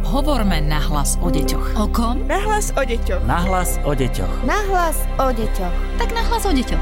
Hovorme nahlas o deťoch. O kom? Nahlas o deťoch. Nahlas o deťoch. Nahlas o deťoch. Tak nahlas o deťoch.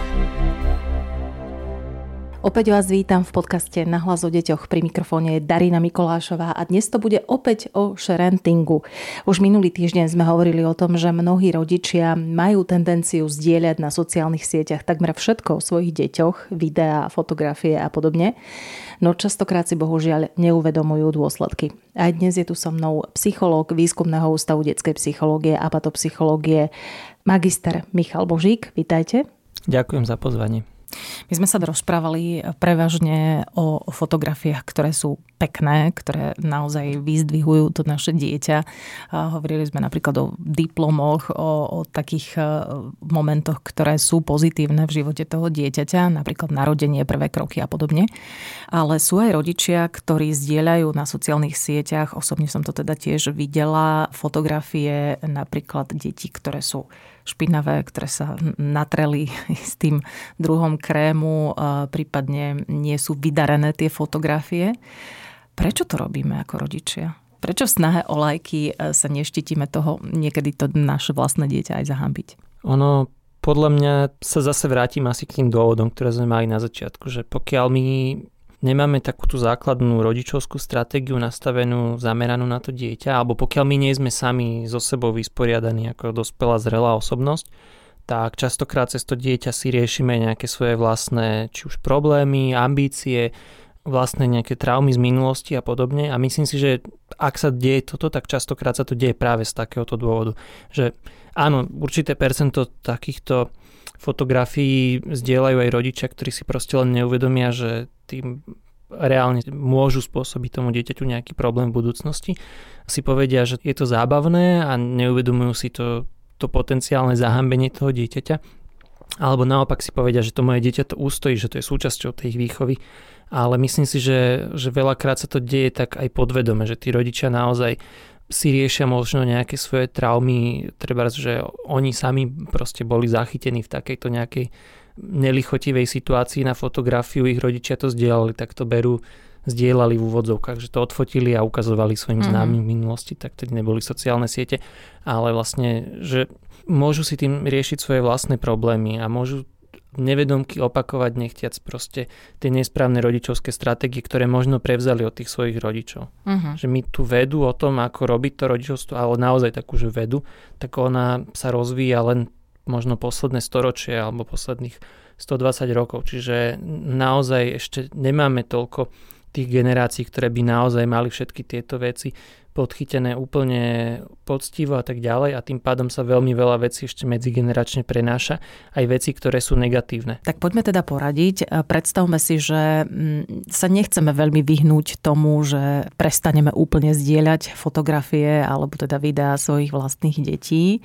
Opäť vás vítam v podcaste Nahlas o deťoch. Pri mikrofóne je Darina Mikolášová a dnes to bude opäť o sharentingu. Už minulý týždeň sme hovorili o tom, že mnohí rodičia majú tendenciu zdieľať na sociálnych sieťach takmer všetko o svojich deťoch, videá, fotografie a podobne, no častokrát si bohužiaľ neuvedomujú dôsledky. Aj dnes je tu so mnou psychológ Výskumného ústavu detskej psychológie a patopsychológie, magister Michal Božík. Vítajte. Ďakujem za pozvanie. My sme sa rozprávali prevažne o fotografiách, ktoré sú pekné, ktoré naozaj vyzdvihujú to naše dieťa. Hovorili sme napríklad o diplomoch, o takých momentoch, ktoré sú pozitívne v živote toho dieťaťa, napríklad narodenie, prvé kroky a podobne. Ale sú aj rodičia, ktorí zdieľajú na sociálnych sieťach, osobne som to teda tiež videla, fotografie napríklad detí, ktoré sú špinavé, ktoré sa natreli s tým druhom krému, prípadne nie sú vydarené tie fotografie. Prečo to robíme ako rodičia? Prečo v snahe o lajky sa neštítime toho niekedy to naše vlastné dieťa aj zahambiť? Ono, podľa mňa sa zase vrátim asi k tým dôvodom, ktoré sme mali na začiatku, že pokiaľ my nemáme takú tú základnú rodičovskú stratégiu nastavenú, zameranú na to dieťa, alebo pokiaľ my nie sme sami so sebou vysporiadaní ako dospelá zrelá osobnosť, tak častokrát cez to dieťa si riešime nejaké svoje vlastné, či už problémy, ambície, vlastné nejaké traumy z minulosti a podobne. A myslím si, že ak sa deje toto, tak častokrát sa to deje práve z takéhoto dôvodu. Že áno, určité percento takýchto fotografií zdieľajú aj rodičia, ktorí si proste len neuvedomia, že tým reálne môžu spôsobiť tomu dieťaťu nejaký problém v budúcnosti. Si povedia, že je to zábavné a neuvedomujú si to potenciálne zahambenie toho dieťaťa. Alebo naopak si povedia, že to moje dieťa to ustojí, že to je súčasťou tej výchovy. Ale myslím si, že veľakrát sa to deje tak aj podvedome, že tí rodičia naozaj si riešia možno nejaké svoje traumy, treba, že oni sami proste boli zachytení v takejto nejakej nelichotivej situácii na fotografiu, ich rodičia to zdieľali, tak to zdieľali v úvodzovkách, že to odfotili a ukazovali svojim známym v minulosti, tak tedy neboli sociálne siete, ale vlastne, že môžu si tým riešiť svoje vlastné problémy a môžu nevedomky opakovať nechtiac proste tie nesprávne rodičovské stratégie, ktoré možno prevzali od tých svojich rodičov. Že my tú vedu o tom, ako robiť to rodičovstvo, ale naozaj takú, že vedu, tak ona sa rozvíja len možno posledné storočie alebo posledných 120 rokov. Čiže naozaj ešte nemáme toľko tých generácií, ktoré by naozaj mali všetky tieto veci podchytené úplne poctivo a tak ďalej a tým pádom sa veľmi veľa vecí ešte medzigeneračne prenáša, aj veci, ktoré sú negatívne. Tak poďme teda poradiť. Predstavme si, že sa nechceme veľmi vyhnúť tomu, že prestaneme úplne zdieľať fotografie alebo teda videá svojich vlastných detí.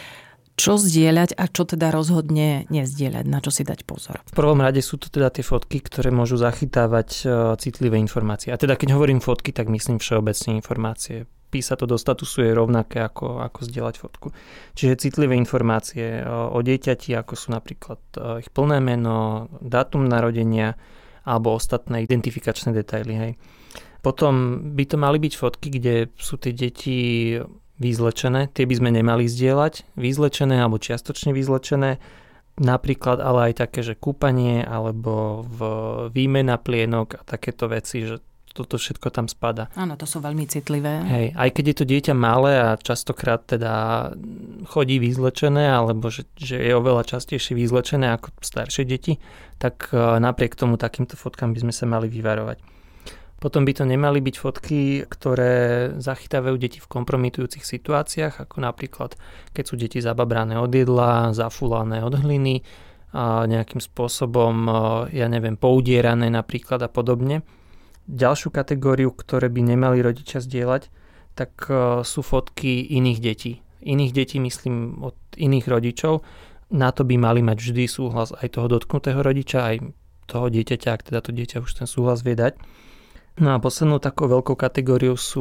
Čo zdieľať a čo teda rozhodne nezdieľať, na čo si dať pozor? V prvom rade sú to teda tie fotky, ktoré môžu zachytávať citlivé informácie. A teda keď hovorím fotky, tak myslím všeobecne informácie. Písať to do statusu je rovnaké ako zdieľať fotku. Čiže citlivé informácie o dieťati, ako sú napríklad ich plné meno, dátum narodenia alebo ostatné identifikačné detaily. Hej. Potom by to mali byť fotky, kde sú tie deti vyzlečené, tie by sme nemali zdieľať, vyzlečené alebo čiastočne vyzlečené, napríklad ale aj také, že kúpanie alebo výmena plienok a takéto veci, že toto všetko tam spada. Áno, to sú veľmi citlivé. Hej, aj keď je to dieťa malé a častokrát teda chodí vyzlečené alebo že je oveľa častejšie vyzlečené ako staršie deti, tak napriek tomu takýmto fotkám by sme sa mali vyvarovať. Potom by to nemali byť fotky, ktoré zachytávajú deti v kompromitujúcich situáciách, ako napríklad, keď sú deti zababrané od jedla, zafúlané od hliny, a nejakým spôsobom, poudierané napríklad a podobne. Ďalšiu kategóriu, ktoré by nemali rodičia zdieľať, tak sú fotky iných detí. Iných detí, myslím, od iných rodičov. Na to by mali mať vždy súhlas aj toho dotknutého rodiča, aj toho dieťaťa, ak teda to dieťa už ten súhlas vie dať. No a poslednou takou veľkou kategóriou sú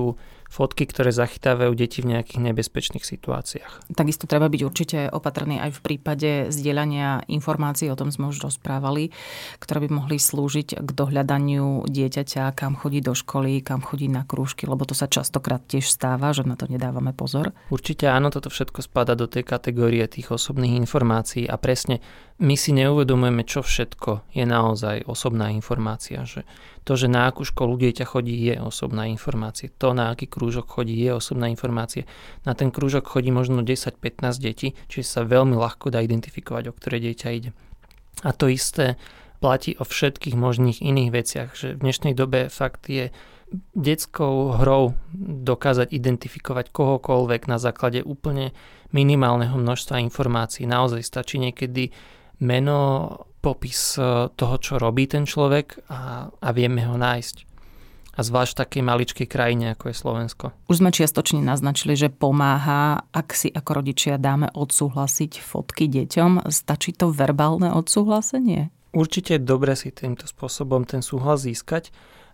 fotky, ktoré zachytávajú deti v nejakých nebezpečných situáciách. Takisto treba byť určite opatrný aj v prípade zdieľania informácií, o tom sme už rozprávali, ktoré by mohli slúžiť k dohľadaniu dieťaťa, kam chodí do školy, kam chodí na krúžky, lebo to sa častokrát tiež stáva, že na to nedávame pozor. Určite áno, toto všetko spadá do tej kategórie tých osobných informácií a presne my si neuvedomujeme, čo všetko je naozaj osobná informácia. Že to, že na akú školu dieťa chodí, je osobná informácia. To, na aký krúžok chodí, je osobná informácia. Na ten krúžok chodí možno 10-15 detí, čiže sa veľmi ľahko dá identifikovať, o ktoré dieťa ide. A to isté platí o všetkých možných iných veciach, že v dnešnej dobe fakt je detskou hrou dokázať identifikovať kohokoľvek na základe úplne minimálneho množstva informácií. Naozaj stačí niekedy meno, popis toho, čo robí ten človek a vieme ho nájsť. A zvlášť v takej maličkej krajine, ako je Slovensko. Už sme čiastočne naznačili, že pomáha, ak si ako rodičia dáme odsúhlasiť fotky deťom. Stačí to verbálne odsúhlasenie? Určite je dobre si týmto spôsobom ten súhlas získať,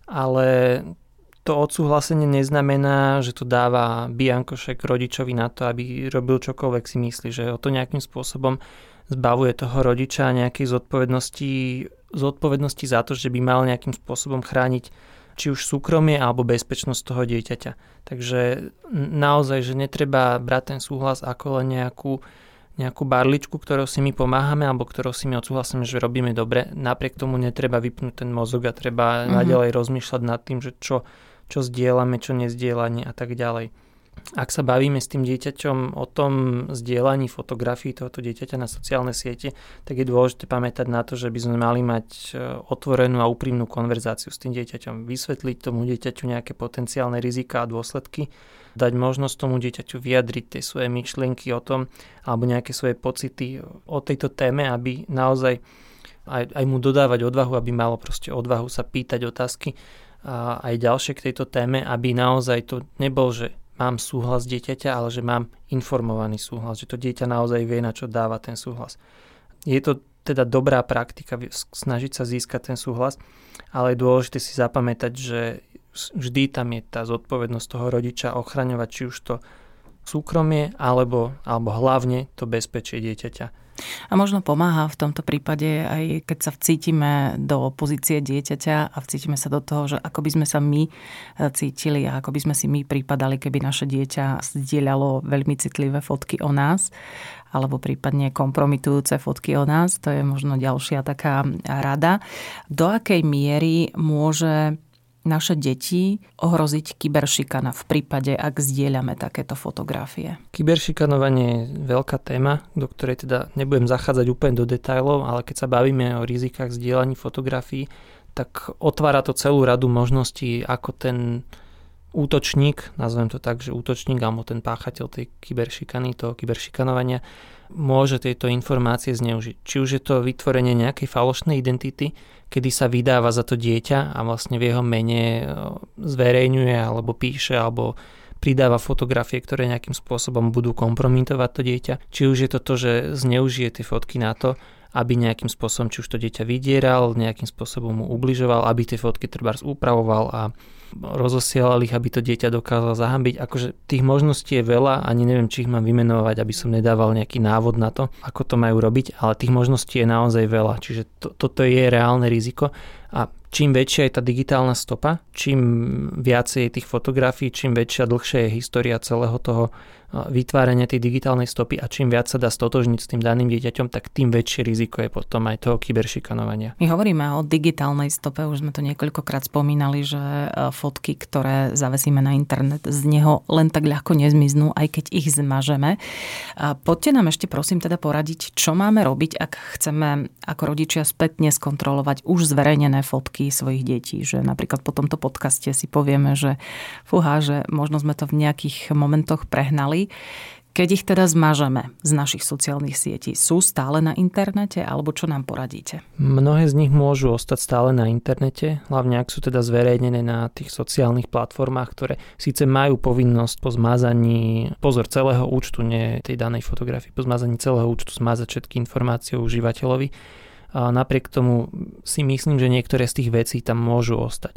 ale to odsúhlasenie neznamená, že to dáva biankošek rodičovi na to, aby robil čokoľvek si myslí, že ho to nejakým spôsobom zbavuje toho rodiča nejakej zodpovednosti za to, že by mal nejakým spôsobom chrániť či už súkromie alebo bezpečnosť toho dieťaťa. Takže naozaj, že netreba brať ten súhlas ako len nejakú barličku, ktorou si my pomáhame alebo ktorou si my odsúhlasíme, že robíme dobre. Napriek tomu netreba vypnúť ten mozog a treba naďalej rozmýšľať nad tým, že čo zdieľame, čo nezdieľame a tak ďalej. Ak sa bavíme s tým dieťaťom o tom zdieľaní fotografií tohoto dieťaťa na sociálne siete, tak je dôležité pamätať na to, že by sme mali mať otvorenú a úprimnú konverzáciu s tým dieťaťom, vysvetliť tomu dieťaťu nejaké potenciálne riziká a dôsledky, dať možnosť tomu dieťaťu vyjadriť tie svoje myšlienky o tom alebo nejaké svoje pocity o tejto téme, aby naozaj aj mu dodávať odvahu, aby malo proste odvahu sa pýtať otázky a aj ďalšie k tejto téme, aby naozaj to nebol, že mám súhlas dieťaťa, ale že mám informovaný súhlas, že to dieťa naozaj vie, na čo dáva ten súhlas. Je to teda dobrá praktika snažiť sa získať ten súhlas, ale je dôležité si zapamätať, že vždy tam je tá zodpovednosť toho rodiča ochraňovať či už to súkromie, alebo hlavne to bezpečie dieťaťa. A možno pomáha v tomto prípade aj keď sa vcítime do pozície dieťaťa a vcítime sa do toho, že ako by sme sa my cítili a ako by sme si my pripadali, keby naše dieťa zdieľalo veľmi citlivé fotky o nás alebo prípadne kompromitujúce fotky o nás. To je možno ďalšia taká rada. Do akej miery môže naše deti ohroziť kyberšikana v prípade, ak zdieľame takéto fotografie? Kyberšikanovanie je veľká téma, do ktorej teda nebudem zachádzať úplne do detailov, ale keď sa bavíme o rizikách zdieľaní fotografií, tak otvára to celú radu možností, ako ten útočník, nazvem to tak, že útočník alebo ten páchateľ tej kyberšikany, toho kyberšikanovania, môže tieto informácie zneužiť. Či už je to vytvorenie nejakej falošnej identity, kedy sa vydáva za to dieťa a vlastne v jeho mene zverejňuje alebo píše alebo pridáva fotografie, ktoré nejakým spôsobom budú kompromitovať to dieťa. Či už je to to, že zneužije tie fotky na to, aby nejakým spôsobom, či už to dieťa vydieral, nejakým spôsobom mu ubližoval, aby tie fotky trebárs upravoval a rozosielal ich, aby to dieťa dokázal zahambiť. Akože tých možností je veľa, ani neviem, či ich mám vymenovať, aby som nedával nejaký návod na to, ako to majú robiť, ale tých možností je naozaj veľa. Čiže toto je reálne riziko a čím väčšia je tá digitálna stopa, čím viacej je tých fotografií, čím väčšia, dlhšia je história celého toho vytvárania tej digitálnej stopy a čím viac sa dá stotožniť s tým daným dieťaťom, tak tým väčšie riziko je potom aj toho kyberšikanovania. My hovoríme o digitálnej stope, už sme to niekoľkokrát spomínali, že fotky, ktoré zavesíme na internet, z neho len tak ľahko nezmiznú, aj keď ich zmažeme. Poďte nám ešte prosím teda poradiť, čo máme robiť, ak chceme ako rodičia spätne skontrolovať už zverejnené fotky svojich detí, že napríklad po tomto podcaste si povieme, že fúha, že možno sme to v nejakých momentoch prehnali. Keď ich teda zmažeme z našich sociálnych sietí, sú stále na internete alebo čo nám poradíte? Mnohé z nich môžu ostať stále na internete, hlavne ak sú teda zverejnené na tých sociálnych platformách, ktoré síce majú povinnosť po zmazaní, pozor, celého účtu, nie tej danej fotografii, po zmazaní celého účtu zmazať všetky informácie o užívateľovi. A napriek tomu si myslím, že niektoré z tých vecí tam môžu ostať.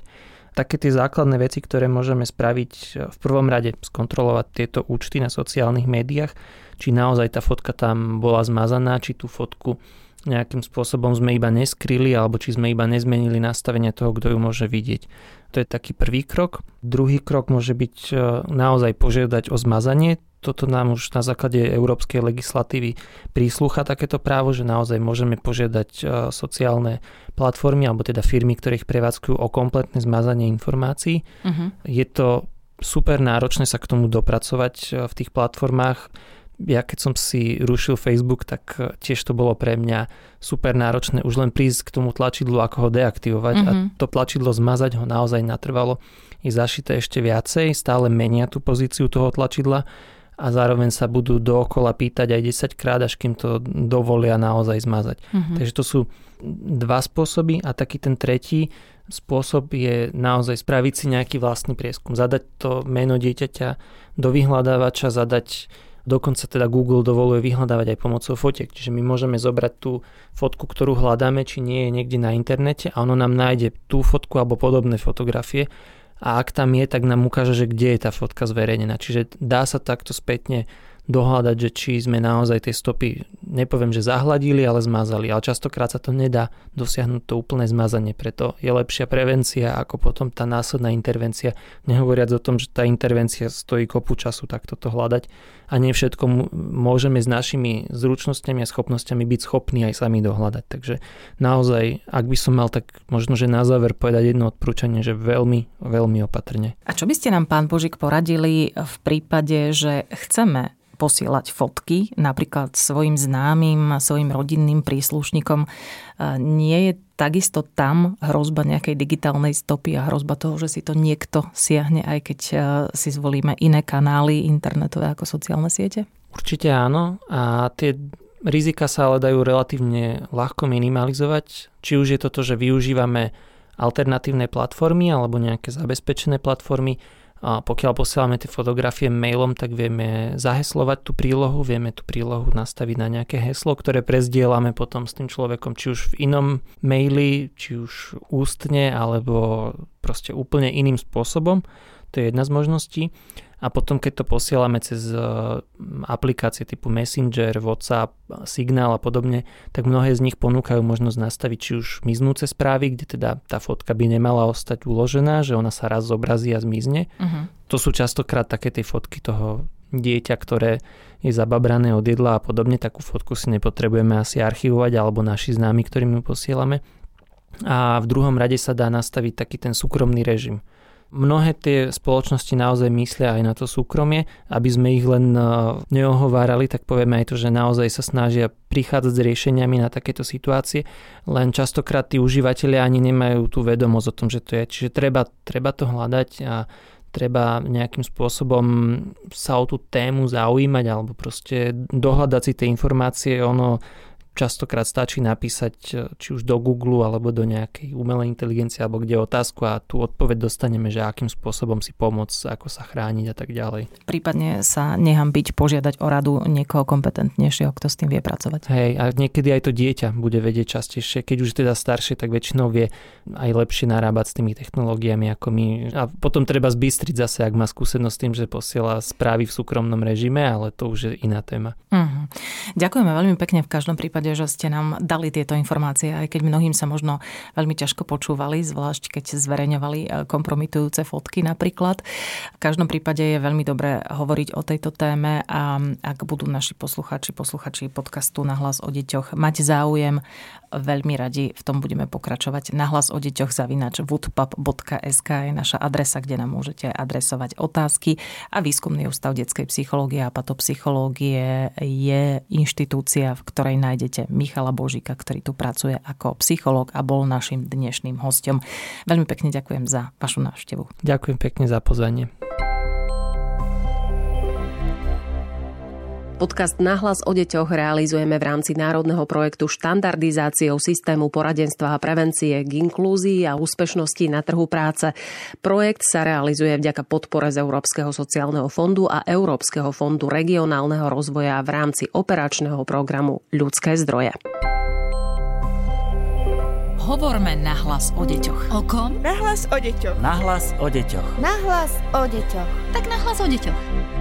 Také tie základné veci, ktoré môžeme spraviť v prvom rade, skontrolovať tieto účty na sociálnych médiách, či naozaj tá fotka tam bola zmazaná, či tú fotku nejakým spôsobom sme iba neskryli, alebo či sme iba nezmenili nastavenie toho, kto ju môže vidieť. To je taký prvý krok. Druhý krok môže byť naozaj požiadať o zmazanie. Toto nám už na základe európskej legislatívy príslucha takéto právo, že naozaj môžeme požiadať sociálne platformy, alebo teda firmy, ktoré ich prevádzkujú, o kompletné zmazanie informácií. Je to super náročné sa k tomu dopracovať v tých platformách. Ja keď som si rušil Facebook, tak tiež to bolo pre mňa super náročné už len prísť k tomu tlačidlu, ako ho deaktivovať. A to tlačidlo zmazať ho naozaj natrvalo je zašité ešte viacej, stále menia tú pozíciu toho tlačidla a zároveň sa budú dookola pýtať aj 10 krát, až kým to dovolia naozaj zmazať. Takže to sú dva spôsoby a taký ten tretí spôsob je naozaj spraviť si nejaký vlastný prieskum. Zadať to meno dieťaťa do vyhľadávača, dokonca teda Google dovoluje vyhľadávať aj pomocou fotiek. Čiže my môžeme zobrať tú fotku, ktorú hľadáme, či nie je niekde na internete a ono nám nájde tú fotku alebo podobné fotografie a ak tam je, tak nám ukáže, že kde je tá fotka zverejnená. Čiže dá sa takto spätne dohľadať, že či sme naozaj tie stopy, nepoviem, že zahladili, ale zmazali. Ale častokrát sa to nedá dosiahnuť to úplné zmazanie, preto je lepšia prevencia ako potom tá následná intervencia. Nehovoriac o tom, že tá intervencia stojí kopu času takto to hľadať a nie všetko môžeme s našimi zručnosťami a schopnosťami byť schopní aj sami dohľadať. Takže naozaj, ak by som mal tak možno, že na záver povedať jedno odporúčanie, že veľmi, veľmi opatrne. A čo by ste nám, pán Božík, poradili v prípade, že chceme posielať fotky napríklad svojim známym, svojim rodinným príslušníkom? Nie je takisto tam hrozba nejakej digitálnej stopy a hrozba toho, že si to niekto siahne, aj keď si zvolíme iné kanály internetové ako sociálne siete? Určite áno a tie rizika sa ale dajú relatívne ľahko minimalizovať. Či už je to, že využívame alternatívne platformy alebo nejaké zabezpečené platformy. A pokiaľ posielame tie fotografie mailom, tak vieme zaheslovať tú prílohu, vieme tú prílohu nastaviť na nejaké heslo, ktoré prezdielame potom s tým človekom, či už v inom maili, či už ústne, alebo proste úplne iným spôsobom. To je jedna z možností. A potom, keď to posielame cez aplikácie typu Messenger, WhatsApp, Signál a podobne, tak mnohé z nich ponúkajú možnosť nastaviť či už miznúce správy, kde teda tá fotka by nemala ostať uložená, že ona sa raz zobrazí a zmizne. To sú častokrát také tie fotky toho dieťa, ktoré je zababrané od jedla a podobne. Takú fotku si nepotrebujeme asi archivovať, alebo naši známi, ktorým ju posielame. A v druhom rade sa dá nastaviť taký ten súkromný režim. Mnohé tie spoločnosti naozaj myslia aj na to súkromie, aby sme ich len neohovárali, tak povieme aj to, že naozaj sa snažia prichádzať s riešeniami na takéto situácie, len častokrát tí užívateľia ani nemajú tú vedomosť o tom, že to je. Čiže treba to hľadať a treba nejakým spôsobom sa o tú tému zaujímať alebo proste dohľadať si tie informácie. Ono častokrát stačí napísať či už do Google alebo do nejakej umelej inteligencie alebo kde otázku a tú odpoveď dostaneme, že akým spôsobom si pomôcť, ako sa chrániť a tak ďalej. Prípadne sa nehanbiť požiadať o radu niekoho kompetentnejšieho, kto s tým vie pracovať. Hej, a niekedy aj to dieťa bude vedieť častejšie. Keď už teda staršie, tak väčšinou vie aj lepšie narábať s tými technológiami ako my. A potom treba zbystriť zase, ak má skúsenosť s tým, že posiela správy v súkromnom režime, ale to už je iná téma. Ďakujeme veľmi pekne v každom prípade, že ste nám dali tieto informácie, aj keď mnohým sa možno veľmi ťažko počúvali, zvlášť keď zverejňovali kompromitujúce fotky napríklad. V každom prípade je veľmi dobré hovoriť o tejto téme a ak budú naši posluchači podcastu Nahlas o deťoch mať záujem, veľmi radi v tom budeme pokračovať. Nahlas o deťoch @woodpub.sk je naša adresa, kde nám môžete adresovať otázky a Výskumný ústav detskej psychológie a patopsychológie je inštitúcia, v ktorej nájdete Michala Božíka, ktorý tu pracuje ako psychológ a bol našim dnešným hosťom. Veľmi pekne ďakujem za vašu návštevu. Ďakujem pekne za pozvanie. Podcast Nahlas o deťoch realizujeme v rámci národného projektu štandardizáciou systému poradenstva a prevencie k inklúzii a úspešnosti na trhu práce. Projekt sa realizuje vďaka podpore z Európskeho sociálneho fondu a Európskeho fondu regionálneho rozvoja v rámci operačného programu Ľudské zdroje. Hovorme nahlas o deťoch. O kom? Nahlas o deťoch. Nahlas o deťoch. Nahlas o deťoch. Tak nahlas o deťoch.